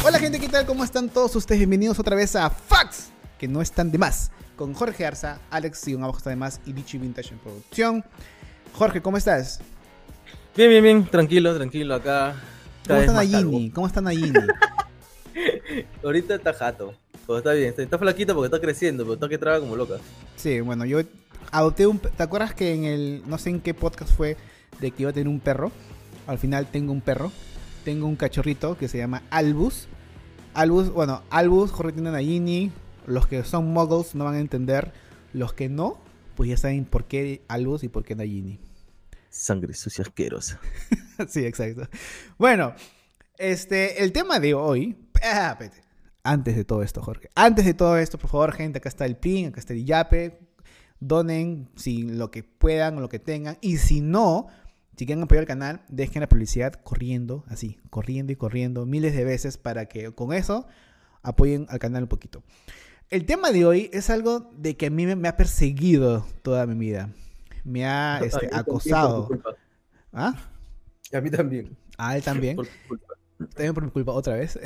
Hola gente, ¿qué tal? ¿Cómo están todos ustedes? Bienvenidos otra vez a Facts, que no están de más, con Jorge Arza, Alex Sion abajo está de más y Vichy Vintage en producción. Jorge, ¿cómo estás? Bien, tranquilo, acá. ¿Cómo están Nayini? ¿Cómo están Nayini? Ahorita está jato, pero está bien, está flaquita porque está creciendo, pero está que traga como loca. Sí, bueno, yo adopté un... ¿Te acuerdas que en el... no sé en qué podcast fue de que iba a tener un perro? Al final tengo un perro. Tengo un cachorrito que se llama Albus. Albus, Jorge tiene Nayini. Los que son muggles no van a entender. Los que no, pues ya saben por qué Albus y por qué Nayini. Sangre sucia asquerosa. Sí, exacto. Bueno, el tema de hoy... Espérate. Antes de todo esto, Jorge. Antes de todo esto, por favor, gente, acá está el PIN, acá está el Yape. Donen si lo que puedan o lo que tengan. Y si no... Si quieren apoyar el canal, dejen la publicidad corriendo, así, corriendo y corriendo miles de veces para que con eso apoyen al canal un poquito. El tema de hoy es algo de que a mí me ha perseguido toda mi vida. Me ha acosado. ¿Ah? A mí también. A él también. Por tu culpa. También por mi culpa, otra vez.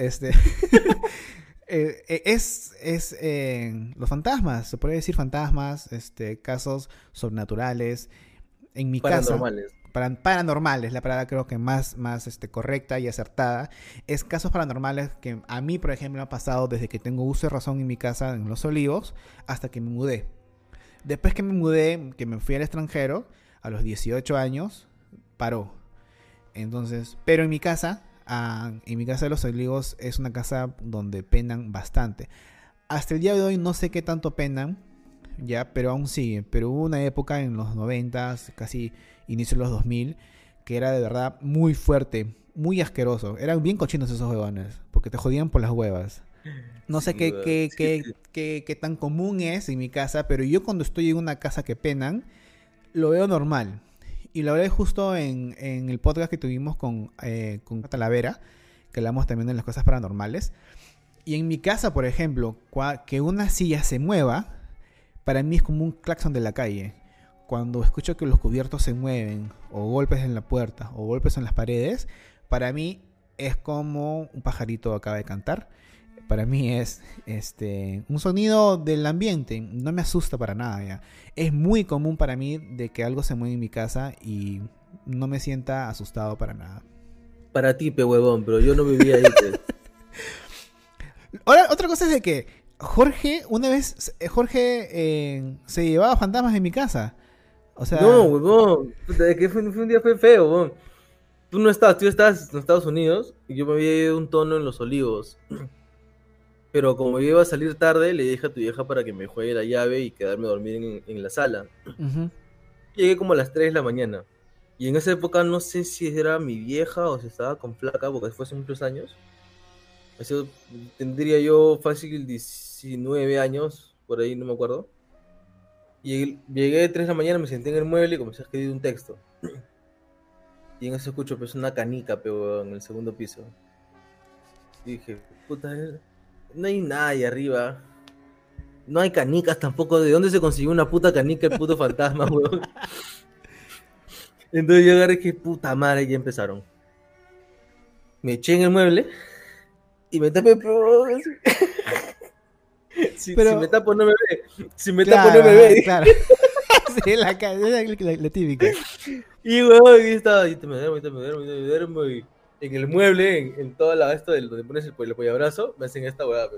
Los fantasmas, se puede decir fantasmas, casos sobrenaturales. En mi casa. Paranormales, la palabra creo que más correcta y acertada. Es casos paranormales que a mí, por ejemplo, me ha pasado desde que tengo uso de razón en mi casa en Los Olivos hasta que me mudé. Después que me mudé, que me fui al extranjero, a los 18 años, paró. Entonces, pero en mi casa de Los Olivos es una casa donde penan bastante. Hasta el día de hoy no sé qué tanto penan, ya, pero aún sigue. Pero hubo una época en los 90s, casi inicio de los 2000, que era de verdad muy fuerte, muy asqueroso. Eran bien cochinos esos huevones, porque te jodían por las huevas. No sé qué tan común es en mi casa, pero yo cuando estoy en una casa que penan, lo veo normal. Y lo hablé justo en el podcast que tuvimos con Talavera, que hablamos también de las cosas paranormales. Y en mi casa, por ejemplo, que una silla se mueva, para mí es como un claxon de la calle. Cuando escucho que los cubiertos se mueven, o golpes en la puerta, o golpes en las paredes, para mí es como un pajarito acaba de cantar. Para mí es un sonido del ambiente, no me asusta para nada ya. Es muy común para mí de que algo se mueva en mi casa y no me sienta asustado para nada. Para ti, pe huevón, pero yo no vivía ahí. Ahora, otra cosa es de que Jorge se llevaba fantasmas en mi casa. O sea... No, huevón, que fue un día feo, huevón. Tú estabas en Estados Unidos y yo me había ido un tono en Los Olivos. Pero como yo iba a salir tarde, le dije a tu vieja para que me juegue la llave y quedarme a dormir en la sala. Uh-huh. Llegué como a las 3 de la mañana. Y en esa época no sé si era mi vieja o si estaba con flaca, porque fue hace muchos años. Eso tendría yo fácil 19 años, por ahí no me acuerdo. Y llegué a 3 de la mañana, me senté en el mueble y comencé a escribir un texto. Y en eso escucho pues una canica, pero en el segundo piso. Y dije, puta, no hay nada ahí arriba. No hay canicas tampoco. ¿De dónde se consiguió una puta canica el puto fantasma, weón? Entonces yo agarré que puta madre, ya empezaron. Me eché en el mueble y me tapé, pero... Si me tapo no me ve. Si me tapo no me ve. Claro. Sí, la típica. Y weón, y estaba, y me duermo y en el mueble, en toda la esto de donde pones el abrazo, me hacen esta weá, pero...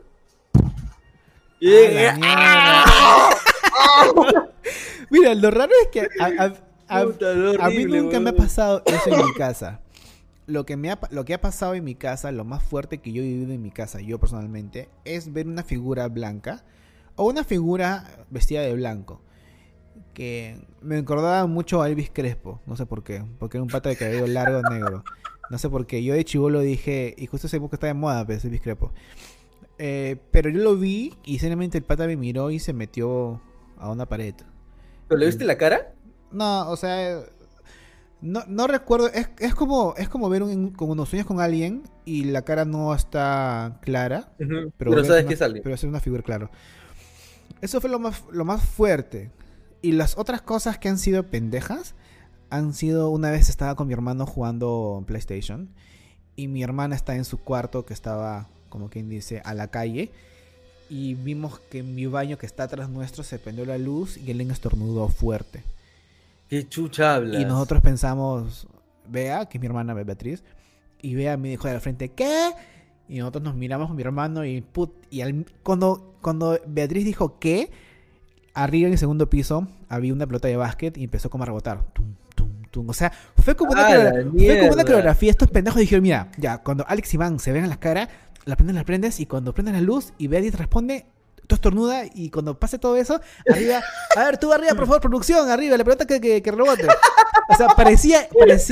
Mira, lo raro es que a mí nunca me ha pasado eso en mi casa. Lo que ha pasado en mi casa, lo más fuerte que yo he vivido en mi casa, yo personalmente, es ver una figura blanca o una figura vestida de blanco. Que me recordaba mucho a Elvis Crespo, no sé por qué, porque era un pata de cabello largo negro. No sé por qué, yo de chibolo dije, y justo esa época estaba de moda, pues, Elvis Crespo. Pero yo lo vi y simplemente el pata me miró y se metió a una pared. ¿Pero le viste la cara? No, o sea... No recuerdo, es como ver como unos sueños con alguien y la cara no está clara, uh-huh. Pero sabes que es alguien. Pero es una figura, claro. Eso fue lo más fuerte. Y las otras cosas que han sido pendejas han sido, una vez estaba con mi hermano jugando PlayStation y mi hermana está en su cuarto que estaba como quien dice, a la calle. Y vimos que en mi baño que está atrás nuestro se prendió la luz y alguien estornudó fuerte. ¿Qué chucha hablas? Y nosotros pensamos, Bea, que es mi hermana Beatriz, y Bea me dijo de la frente, ¿qué? Y nosotros nos miramos con mi hermano cuando Beatriz dijo ¿qué? Arriba en el segundo piso había una pelota de básquet y empezó como a rebotar. Tum, tum, tum. O sea, fue como una coreografía. Estos pendejos dijeron, mira, ya, cuando Alex y Iván se ven en las caras, las prendes y cuando prenden la luz y Beatriz responde, tú estornuda y cuando pase todo eso, arriba, a ver, tú arriba, por favor, producción, arriba, la pelota que rebote. O sea, parecía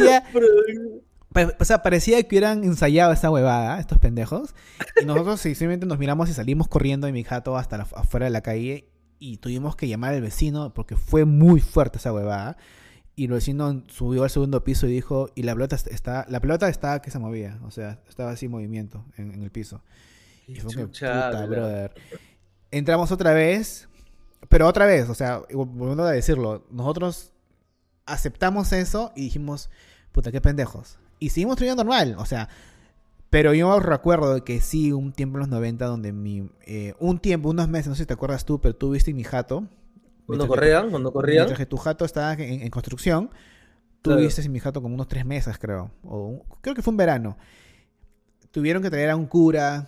que hubieran ensayado esa huevada, estos pendejos. Y nosotros simplemente nos miramos y salimos corriendo de mi jato hasta afuera de la calle. Y tuvimos que llamar al vecino porque fue muy fuerte esa huevada. Y el vecino subió al segundo piso y dijo, y la pelota estaba que se movía. O sea, estaba así en movimiento en el piso. Y fue que puta, brother. Entramos otra vez, pero otra vez, o sea, volviendo a decirlo, nosotros aceptamos eso y dijimos, puta, qué pendejos. Y seguimos trabajando normal, o sea, pero yo recuerdo de que sí, un tiempo en los 90 donde unos meses, no sé si te acuerdas tú, pero tú viste mi jato. Cuando corrían. Mientras que tu jato estaba en construcción, tú claro. viste en mi jato como unos 3 meses, creo. Creo que fue un verano. Tuvieron que traer a un cura,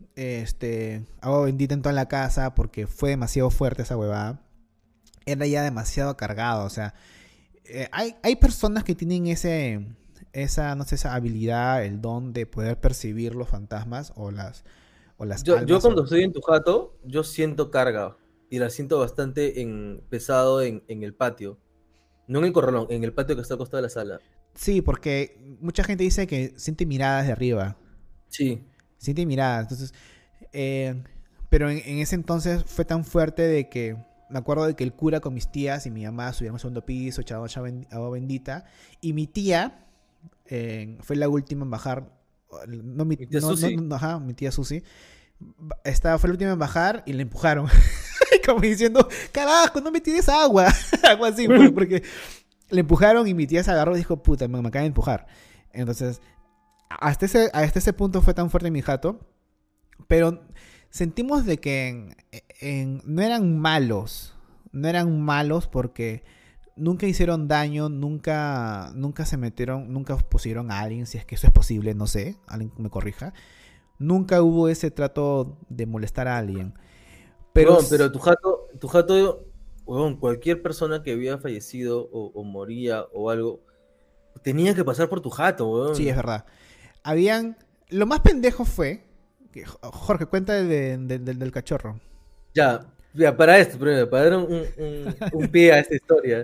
agua bendita en toda la casa, porque fue demasiado fuerte esa huevada. Era ya demasiado cargado, o sea, hay personas que tienen esa habilidad, el don de poder percibir los fantasmas o las almas. Yo cuando estoy en tu jato, yo siento carga y la siento bastante pesado en el patio. No en el corralón, en el patio que está al costado de la sala. Sí, porque mucha gente dice que siente miradas de arriba. Sí. Siente miradas, entonces... pero en ese entonces fue tan fuerte de que... Me acuerdo de que el cura con mis tías y mi mamá subieron al segundo piso, echaban agua bendita. Y mi tía fue la última en bajar. Mi tía Susi. Fue la última en bajar y la empujaron. Como diciendo, carajo, no me tires agua. Algo así, porque le empujaron y mi tía se agarró y dijo, puta, me acaban de empujar. Entonces, hasta ese punto fue tan fuerte mi jato. Pero sentimos de que no eran malos porque nunca hicieron daño, nunca se metieron, nunca pusieron a alguien, si es que eso es posible, no sé, alguien me corrija. Nunca hubo ese trato de molestar a alguien. Pero tu jato, huevón, cualquier persona que había fallecido o moría o algo, tenía que pasar por tu jato, huevón. Sí, es verdad. Lo más pendejo fue... Jorge, cuenta del cachorro. Ya, para dar un pie a esta historia.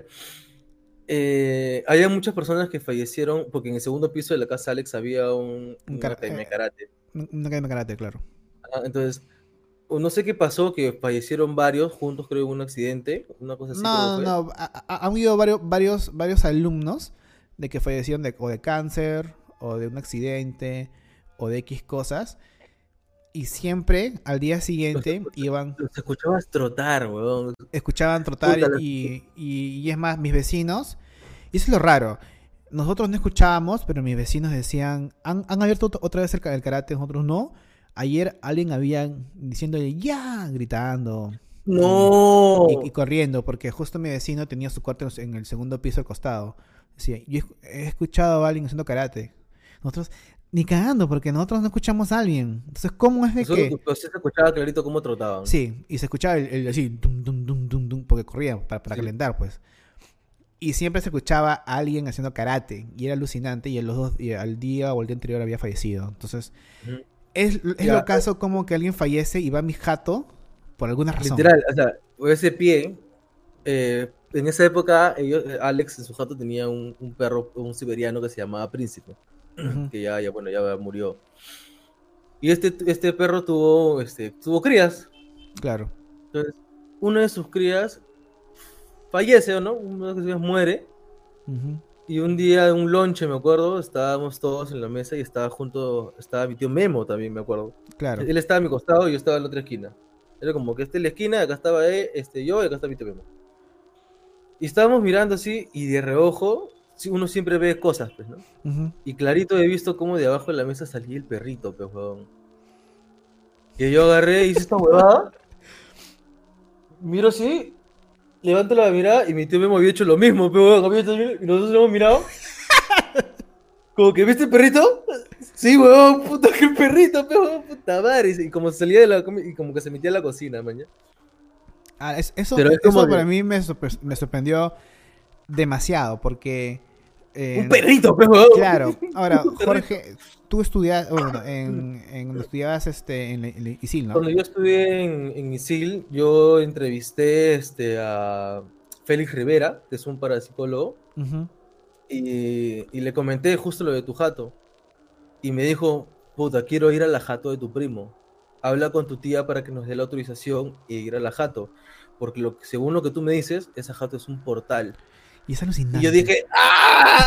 Había muchas personas que fallecieron porque en el segundo piso de la casa Alex había una academia de karate. Una academia de karate, claro. Entonces, no sé qué pasó, que fallecieron varios juntos, creo, en un accidente, una cosa así. No, han habido varios alumnos de que fallecieron o de cáncer, o de un accidente, o de X cosas. Y siempre, al día siguiente, iban... Los escuchabas trotar, weón. Escuchaban trotar y es más, mis vecinos... Y eso es lo raro. Nosotros no escuchábamos, pero mis vecinos decían... Han abierto otra vez el karate, nosotros no. Ayer alguien había diciéndole ¡ya! Gritando. ¡No! Y corriendo, porque justo mi vecino tenía su cuarto en el segundo piso al costado. Decía, yo he escuchado a alguien haciendo karate. Nosotros... Ni cagando, porque nosotros no escuchamos a alguien. Entonces, ¿cómo es de que...? Pues se escuchaba clarito cómo trotaban. Sí, y se escuchaba el así, dum, dum, dum, dum, dum, porque corría para calentar, pues. Y siempre se escuchaba a alguien haciendo karate, y era alucinante, y al día o el día anterior había fallecido. Entonces, es lo caso como que alguien fallece y va a mi jato por alguna razón. Literal, o sea, ese pie... en esa época, Alex en su jato tenía un perro, un siberiano que se llamaba Príncipe. Que ya murió. Y este perro tuvo crías. Claro. Entonces, una de sus crías fallece, ¿no? Una de sus crías muere. Y un día en un lonche, me acuerdo, estábamos todos en la mesa y estaba mi tío Memo también, me acuerdo. Claro. Él estaba a mi costado y yo estaba en la otra esquina. Era como que esta es la esquina, acá estaba yo y acá está mi tío Memo. Y estábamos mirando así y de reojo... uno siempre ve cosas, pues, ¿no? Y clarito he visto cómo de abajo de la mesa salía el perrito, pues, weón. Que yo agarré, hice esta huevada, miro así, levanto la mirada y mi tío me había hecho lo mismo, pero y nosotros lo hemos mirado. Como que, ¿viste el perrito? Sí, huevón, puta, qué perrito, pero puta madre. Y como salía de la y como que se metía a la cocina, mañana. Eso, Pero es como eso para mí me sorprendió demasiado, porque... un perrito, pero... Claro. Ahora, Jorge, tú estudias, bueno, cuando estudiabas en ISIL, ¿no? Cuando yo estudié en ISIL, yo entrevisté a Félix Rivera, que es un parapsicólogo, y le comenté justo lo de tu jato. Y me dijo, puta, quiero ir a la jato de tu primo. Habla con tu tía para que nos dé la autorización e ir a la jato. Porque según lo que tú me dices, esa jato es un portal. Y es alucinante. Y yo dije, ¡ah!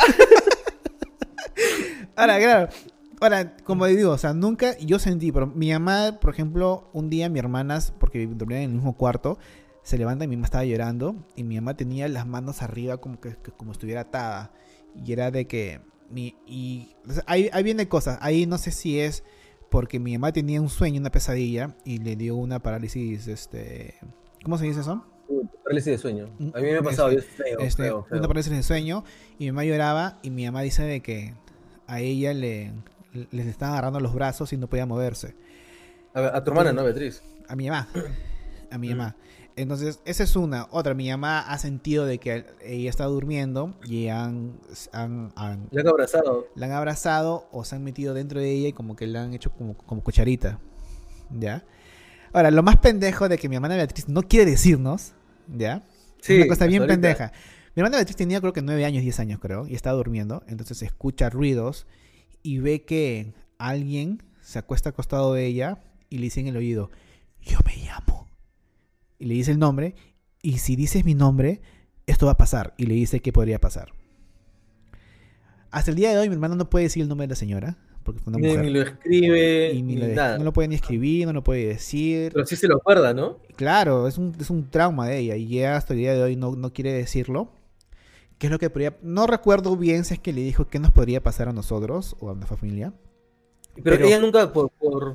Ahora, claro. Ahora, como digo, o sea, nunca yo sentí, pero mi mamá, por ejemplo, un día mi hermanas, porque dormían en el mismo cuarto, se levanta y mi mamá estaba llorando y mi mamá tenía las manos arriba como que como estuviera atada. Y era de que o sea, ahí viene cosas. Ahí no sé si es porque mi mamá tenía un sueño, una pesadilla y le dio una parálisis, ¿cómo se dice eso? Parálisis de sueño. A mí me ha pasado, es feo. Una parálisis de sueño y mi mamá lloraba y mi mamá dice de que a ella les estaban agarrando los brazos y no podía moverse. A tu hermana, ¿no, Beatriz? A mi mamá. A mi mamá. Entonces, esa es una. Otra, mi mamá ha sentido de que ella está durmiendo y la han abrazado. La han abrazado o se han metido dentro de ella y como que la han hecho como cucharita. ¿Ya? Ahora, lo más pendejo de que mi hermana Beatriz no quiere decirnos, ¿ya? Sí, es una cosa bien pendeja. Mi hermana Beatriz tenía creo que 9 años, 10 años creo, y estaba durmiendo, entonces escucha ruidos y ve que alguien se acuesta al costado de ella y le dice en el oído, yo me llamo. Y le dice el nombre, y si dices mi nombre, esto va a pasar. Y le dice qué podría pasar. Hasta el día de hoy mi hermano no puede decir el nombre de la señora, porque fue una mujer. Ni lo escribe, ni nada. No lo puede ni escribir, no lo puede decir. Pero sí se lo acuerda, ¿no? Claro, es un trauma de ella, y ella hasta el día de hoy no quiere decirlo. ¿Qué es lo que podría...? No recuerdo bien si es que le dijo qué nos podría pasar a nosotros o a nuestra familia. Pero ella nunca, por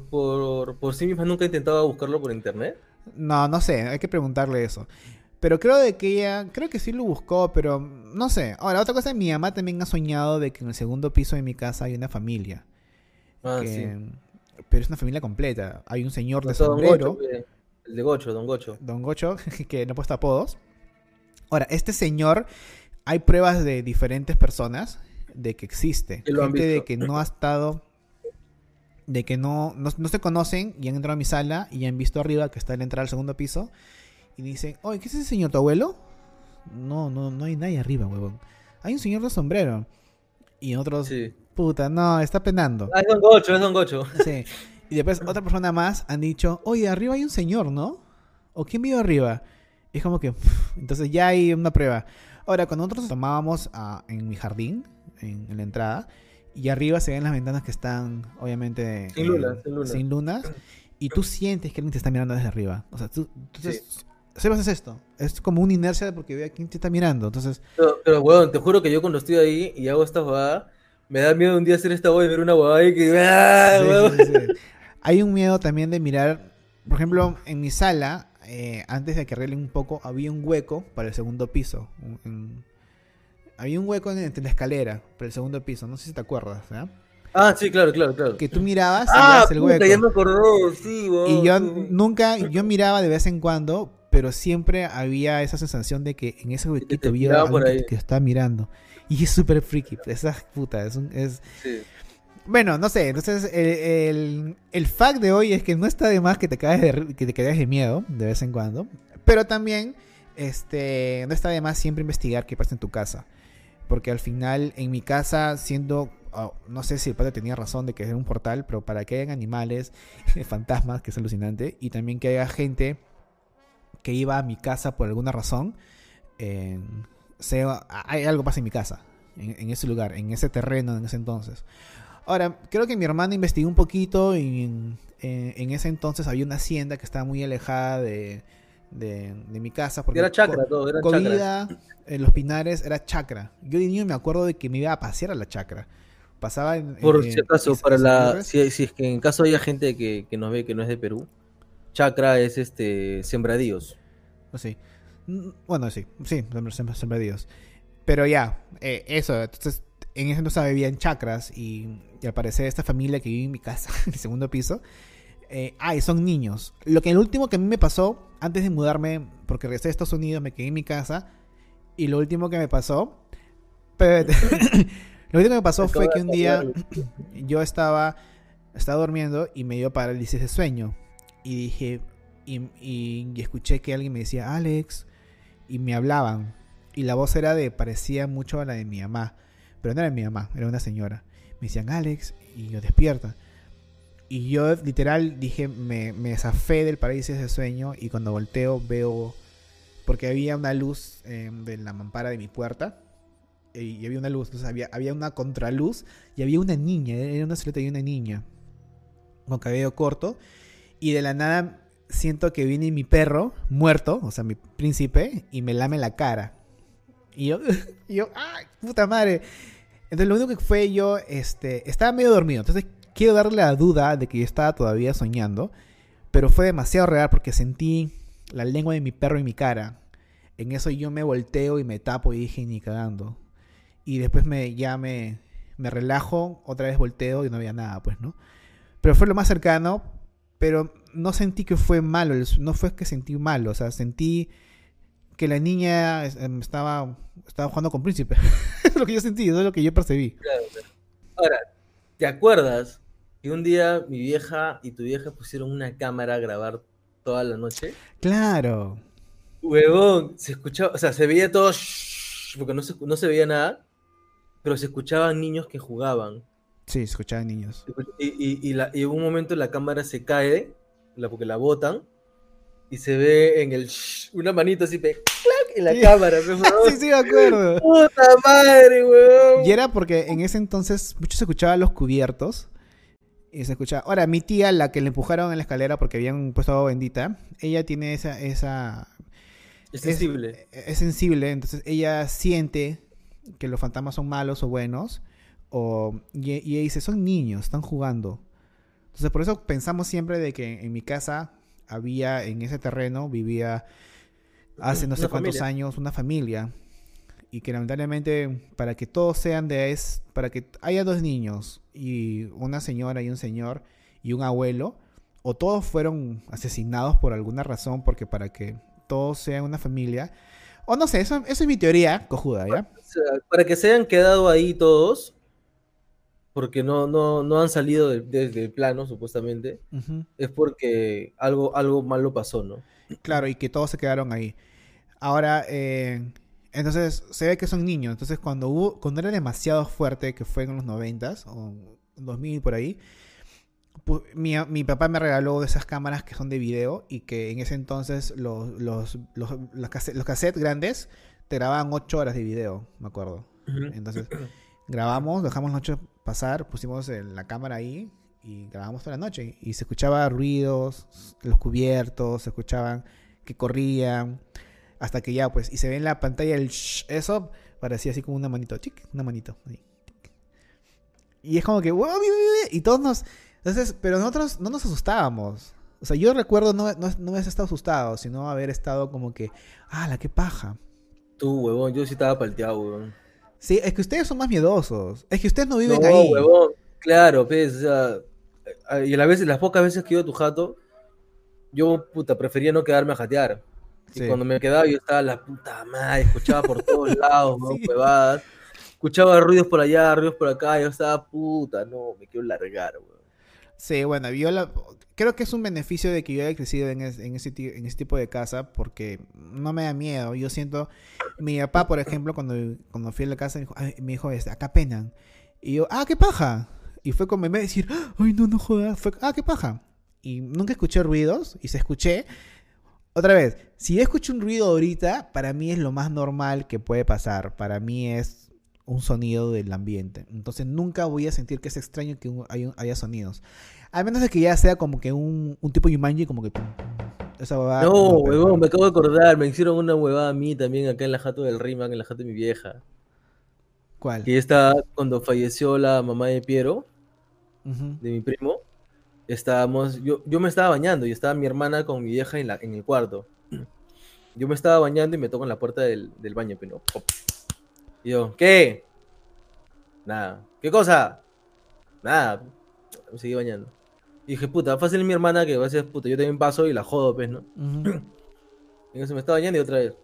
sí misma, nunca intentaba buscarlo por internet. No sé, hay que preguntarle eso. Pero creo que sí lo buscó, pero no sé. Ahora, otra cosa, mi mamá también ha soñado de que en el segundo piso de mi casa hay una familia. Sí. Pero es una familia completa. Hay un señor de sombrero. El de Gocho, Don Gocho. Don Gocho, que no ha puesto apodos. Ahora, este señor, hay pruebas de diferentes personas de que existe. Gente de que no ha estado... De que no se conocen y han entrado a mi sala y han visto arriba que está en la entrada al segundo piso y dicen, oye, ¿qué es ese señor, tu abuelo? No hay nadie arriba, huevón. Hay un señor de sombrero. Y otros, sí. Puta, no, está penando. Es Don Gocho, es Don Gocho. Sí. Y después otra persona más han dicho, oye, arriba hay un señor, ¿no? ¿O quién vive arriba? Y es como que, entonces ya hay una prueba. Ahora, cuando nosotros tomábamos en mi jardín, en la entrada, y arriba se ven las ventanas que están, obviamente, sin lunas. Y tú sientes que alguien te está mirando desde arriba. O sea, entonces, Sebas es esto. Es como una inercia porque ve a quién te está mirando. Entonces... Pero weón, te juro que yo cuando estoy ahí y hago esta huevada, me da miedo un día hacer esta huevada y ver una huevada y que... Sí. Hay un miedo también de mirar... Por ejemplo, en mi sala, antes de que arreglen un poco, había un hueco para el segundo piso. Había un hueco entre la escalera para el segundo piso, no sé si te acuerdas, ¿eh? Ah, sí, claro. Que tú mirabas y veías el hueco. Ya me acordó, sí, wow, y yo miraba de vez en cuando, pero siempre había esa sensación de que en ese huequito había alguien que estaba mirando. Y es súper freaky, esa puta, Sí. Bueno, no sé, entonces el fact de hoy es que no está de más que te caes de miedo de vez en cuando, pero también no está de más siempre investigar qué pasa en tu casa. Porque al final, en mi casa, no sé si el padre tenía razón de que era un portal, pero para que hayan animales, fantasmas, que es alucinante, y también que haya gente que iba a mi casa por alguna razón, hay algo pasa en mi casa, en ese lugar, en ese terreno, en ese entonces. Ahora, creo que mi hermana investigó un poquito y en ese entonces había una hacienda que estaba muy alejada de mi casa, porque era chacra todo, era Covida, en Los Pinares era chacra. Yo de niño me acuerdo de que me iba a pasear a la chacra, Pasaba Por si acaso, si es que en caso haya gente que nos ve que no es de Perú, chacra es sembradíos. Sí. Bueno, sí, sembradíos. Pero ya, eso, entonces en ese entonces vivía en chacras y al parecer esta familia que vive en mi casa, en el segundo piso, son niños. El último que a mí me pasó, antes de mudarme, porque regresé a Estados Unidos, me quedé en mi casa, y lo último que me pasó, lo último que me pasó fue que un día yo estaba durmiendo y me dio parálisis de sueño. Y dije, y escuché que alguien me decía, Alex, y me hablaban. Y la voz parecía mucho a la de mi mamá. Pero no era mi mamá, era una señora. Me decían, Alex, y yo despierta. Y yo literal dije, me zafé del parálisis de sueño. Y cuando volteo veo, porque había una luz de la mampara de mi puerta. Y había una luz, entonces había una contraluz. Y había una niña, era una silueta de una niña. Con cabello corto. Y de la nada siento que viene mi perro muerto, o sea, mi príncipe, y me lame la cara. Y yo, ¡ay, puta madre! Entonces lo único que fue yo, estaba medio dormido. Entonces quiero darle la duda de que yo estaba todavía soñando. Pero fue demasiado real porque sentí la lengua de mi perro en mi cara. En eso yo me volteo y me tapo y dije, ni cagando. Y después me relajo, otra vez volteo y no había nada, pues, ¿no? Pero fue lo más cercano, pero no sentí que fue malo, no fue que sentí malo, o sea, sentí que la niña estaba jugando con Príncipe. Es lo que yo sentí, eso es lo que yo percibí. Claro. Ahora, ¿te acuerdas que un día mi vieja y tu vieja pusieron una cámara a grabar toda la noche? Claro. Huevón, se escuchaba, o sea, se veía todo porque no se veía nada, pero se escuchaban niños que jugaban. Sí, se escuchaban niños. Y en un momento la cámara se cae, porque la botan, y se ve en una manita así, ¡clac! En la cámara. Sí, me acuerdo. ¡Puta madre, weón! Y era porque en ese entonces mucho se escuchaba los cubiertos. Y se escuchaba. Ahora, mi tía, la que le empujaron en la escalera porque habían puesto agua bendita, ella tiene esa es sensible. Es sensible, entonces ella siente que los fantasmas son malos o buenos. Y ella dice, son niños, están jugando. Entonces por eso pensamos siempre de que en mi casa había, en ese terreno, vivía hace no sé cuántos años una familia. Y que lamentablemente para que todos sean para que haya dos niños y una señora y un señor y un abuelo, o todos fueron asesinados por alguna razón, porque para que todos sean una familia, o no sé, eso es mi teoría cojuda, ¿ya? O sea, para que se hayan quedado ahí todos, porque no han salido del plano, supuestamente, es porque algo malo pasó, ¿no? Claro, y que todos se quedaron ahí. Ahora, entonces se ve que son niños. Entonces cuando era demasiado fuerte, que fue en los 90s o 2000 por ahí, pues, mi papá me regaló de esas cámaras que son de video y que en ese entonces los cassettes grandes te grababan 8 horas de video, me acuerdo. Entonces grabamos, dejamos la noche pasar, pusimos la cámara ahí y grabamos toda la noche. Y se escuchaba ruidos, los cubiertos, se escuchaban que corrían, hasta que ya, pues, y se ve en la pantalla eso parecía así como una manito, una manito. Ahí. Y es como que, wow, y todos entonces, pero nosotros no nos asustábamos. O sea, yo recuerdo no haber estado asustado, sino haber estado como que, qué paja. Tú, huevón, yo sí estaba palteado, huevón. Sí, es que ustedes son más miedosos. Es que ustedes no viven ahí. No, huevón, claro, pues, o sea, y las pocas veces que iba a tu jato, yo, prefería no quedarme a jatear. Sí. Y cuando me quedaba, yo estaba la puta madre, escuchaba por todos lados, ¿no? Sí. Huevadas. Escuchaba ruidos por allá, ruidos por acá, yo estaba, no, me quiero largar, huevón. Sí, bueno, creo que es un beneficio de que yo haya crecido en ese tipo de casa, porque no me da miedo. Yo siento, mi papá, por ejemplo, cuando fui a la casa, me dijo, acá penan. Y yo, qué paja. Y fue como en vez de decir, ay, no jodas, fue, qué paja. Y nunca escuché ruidos, y se escuché. Otra vez, si yo escucho un ruido ahorita, para mí es lo más normal que puede pasar. Para mí es un sonido del ambiente. Entonces nunca voy a sentir que es extraño que haya sonidos. A menos de que ya sea como que un tipo Yumanji, como que... Esa huevada, no, huevón, me acabo de acordar. Me hicieron una huevada a mí también acá en la jato del Rimac, en la jato de mi vieja. ¿Cuál? Que está cuando falleció la mamá de Piero, de mi primo. Yo me estaba bañando y estaba mi hermana con mi vieja en el cuarto. Yo me estaba bañando y me toco en la puerta del baño, pero ¿no? Y yo, ¿qué? Nada. ¿Qué cosa? Nada. Me seguí bañando. Y dije, puta, fácil mi hermana que va a ser, puta, yo también paso y la jodo, pues, ¿no? Y entonces me estaba bañando y otra vez.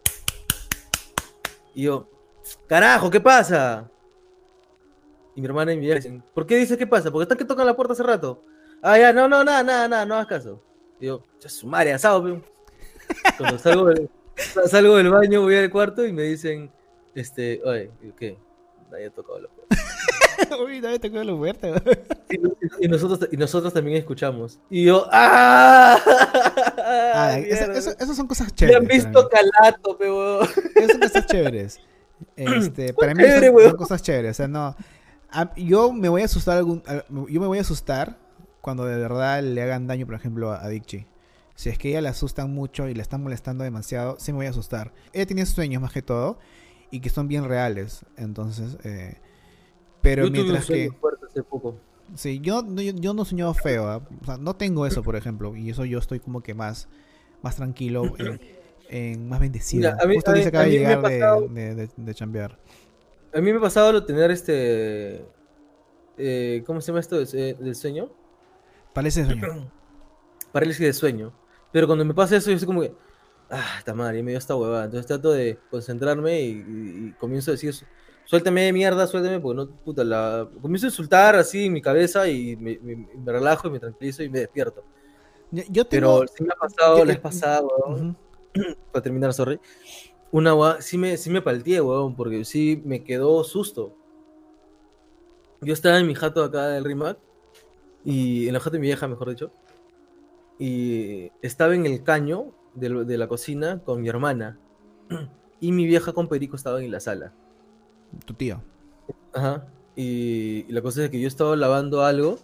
Y yo, carajo, ¿qué pasa? Y mi hermana y mi vieja dicen, ¿por qué dices qué pasa? Porque están que tocan la puerta hace rato. Ah, ya, no, nada, no hagas caso. Y yo, ya su madre, asado, pe. Cuando salgo del baño, voy al cuarto y me dicen, oye, ¿qué? Nadie ha tocado la puerta. Uy, nadie tocó la puerta. Y nosotros también escuchamos. Y yo, ¡ah! Esas son cosas chéveres. Me han visto calato, pe, weón. Esas son cosas chéveres. Para mí son cosas chéveres. O sea, no. Yo me voy a asustar cuando de verdad le hagan daño, por ejemplo, a Dixie. Si es que ella la asustan mucho y la están molestando demasiado, sí me voy a asustar. Ella tiene sueños más que todo y que son bien reales. Entonces, pero yo mientras que hace poco. Sí, yo no sueño feo, ¿eh? O sea, no tengo eso, por ejemplo, y eso yo estoy como que más tranquilo, más bendecido. Mira, Justo se acaba de llegar de chambear. A mí me ha pasado lo tener ¿cómo se llama esto del sueño? Parálisis de sueño. Parálisis de sueño. Pero cuando me pasa eso, yo estoy como que, esta madre, me dio esta huevada. Entonces trato de concentrarme y comienzo a decir, suéltame de mierda, suéltame, porque no, puta, comienzo a insultar así en mi cabeza y me relajo y me tranquilizo y me despierto. Pero sí me ha pasado, les pasaba, weón. Para terminar, sorry. Una huevada, sí me palteé, weón, porque sí me quedó susto. Yo estaba en mi jato acá del Rimac, y en la jato de mi vieja, mejor dicho, y estaba en el caño de la cocina con mi hermana, y mi vieja con Perico estaban en la sala. Tu tío. Ajá. Y la cosa es que yo estaba lavando algo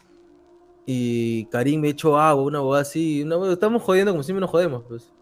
y Karim me echó agua, una boda así, estamos jodiendo como siempre nos jodemos, pues.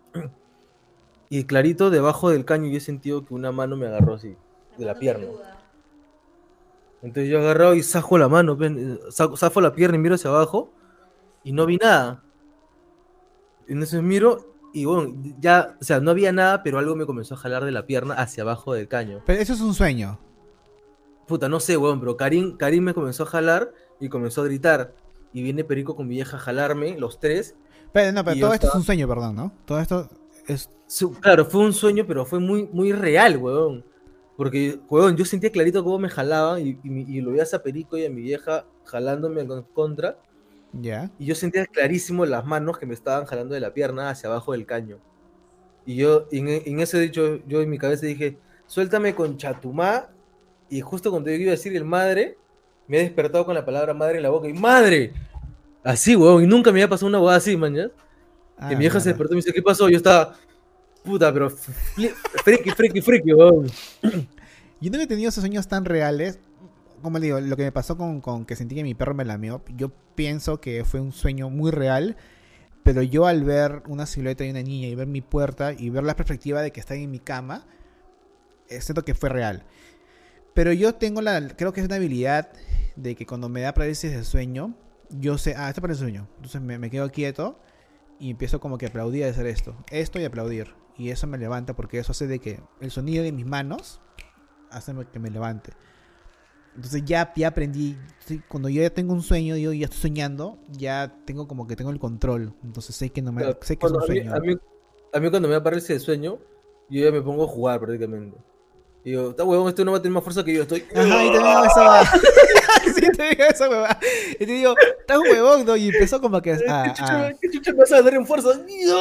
Y clarito debajo del caño yo he sentido que una mano me agarró así, de la pierna. Entonces yo agarrado y saco la mano, saco la pierna y miro hacia abajo y no vi nada. Entonces miro y bueno, ya, o sea, no había nada, pero algo me comenzó a jalar de la pierna hacia abajo del caño. Pero eso es un sueño. Puta, no sé, weón, pero Karim me comenzó a jalar y comenzó a gritar. Y viene Perico con mi vieja a jalarme, los tres. Pero todo esto es un sueño, perdón, ¿no? Todo esto es... Claro, fue un sueño, pero fue muy, muy real, weón. Porque, weón, yo sentía clarito cómo me jalaban y lo veías a Perico y a mi vieja jalándome en contra. Ya. Y yo sentía clarísimo las manos que me estaban jalando de la pierna hacia abajo del caño. Y yo, en ese dicho, yo en mi cabeza dije, suéltame con chatumá. Y justo cuando yo iba a decir el madre, me he despertado con la palabra madre en la boca. Y ¡madre! Así, weón. Y nunca me había pasado una hueá así, mañana. Que mi vieja se despertó y me dice, ¿qué pasó? Yo estaba, puta, pero friki, weón. Yo no he tenido esos sueños tan reales. Como le digo, lo que me pasó con que sentí que mi perro me lamió, yo pienso que fue un sueño muy real, pero yo al ver una silueta de una niña y ver mi puerta y ver la perspectiva de que está en mi cama, siento que fue real. Pero yo tengo creo que es una habilidad de que cuando me da parálisis de sueño, yo sé, esto parece sueño. Entonces me quedo quieto y empiezo como que a aplaudir, a hacer esto y aplaudir. Y eso me levanta porque eso hace de que el sonido de mis manos hace que me levante. Entonces ya aprendí, cuando yo ya tengo un sueño, yo ya estoy soñando, ya tengo como que tengo el control. Entonces sé que sé que es un sueño. A mí cuando me da parálisis de sueño, yo ya me pongo a jugar prácticamente. Y yo, está huevón, no va a tener más fuerza que yo, estoy... Ajá, y te digo esa sí, te digo esa huevada. Y te digo, estás huevón, ¿no? Y empezó como que... ¿Qué chucha me vas a dar en fuerza?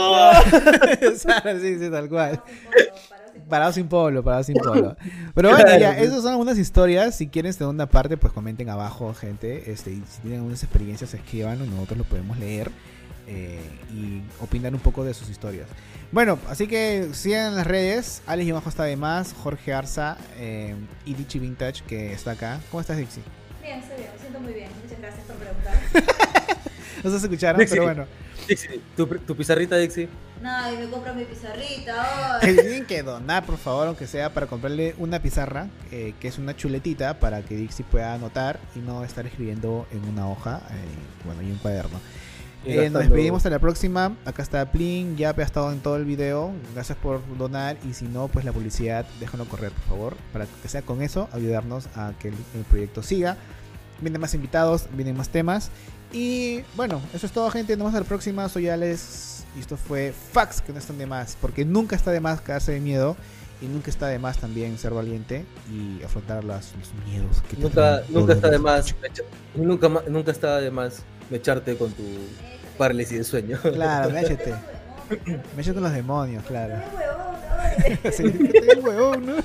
Sí, tal cual. Parado sin polo. Pero bueno, ya, esas son algunas historias. Si quieren segunda parte, pues comenten abajo, gente. Y si tienen algunas experiencias, escríbanlo y nosotros lo podemos leer y opinar un poco de sus historias. Bueno, así que sigan en las redes. Alex y Bajo está de más, Jorge Arza y Dixie Vintage, que está acá. ¿Cómo estás, Dixie? Bien, estoy bien, me siento muy bien. Muchas gracias por preguntar. No se escucharon, Dixie. pero bueno. Dixie, tu pizarrita, Dixie. No, y me compro mi pizarrita. Tienen que donar, por favor, aunque sea para comprarle una pizarra, que es una chuletita, para que Dixie pueda anotar y no estar escribiendo en una hoja, bueno, y un cuaderno. Nos despedimos hasta la próxima. Acá está Plin, ya ha estado en todo el video. Gracias por donar. Y si no, pues la publicidad, déjalo correr, por favor, para que sea con eso ayudarnos a que el proyecto siga. Vienen más invitados, vienen más temas. Y bueno, eso es todo, gente. Nos vemos a la próxima. Soy Alex y esto fue Facts que no están de más, porque nunca está de más cagarse de miedo. Y nunca está de más también ser valiente y afrontar los miedos que nunca está de más. Nunca está de más echarte con tu parálisis de sueño. Claro, méchete. Méchete con los demonios, claro. Sí, huevón, ¿no?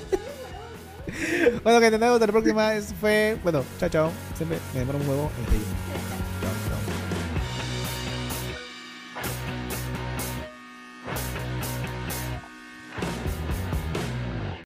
Bueno, que te vemos hasta la próxima. Fue, bueno, chao, chao. Siempre me demoro un huevo en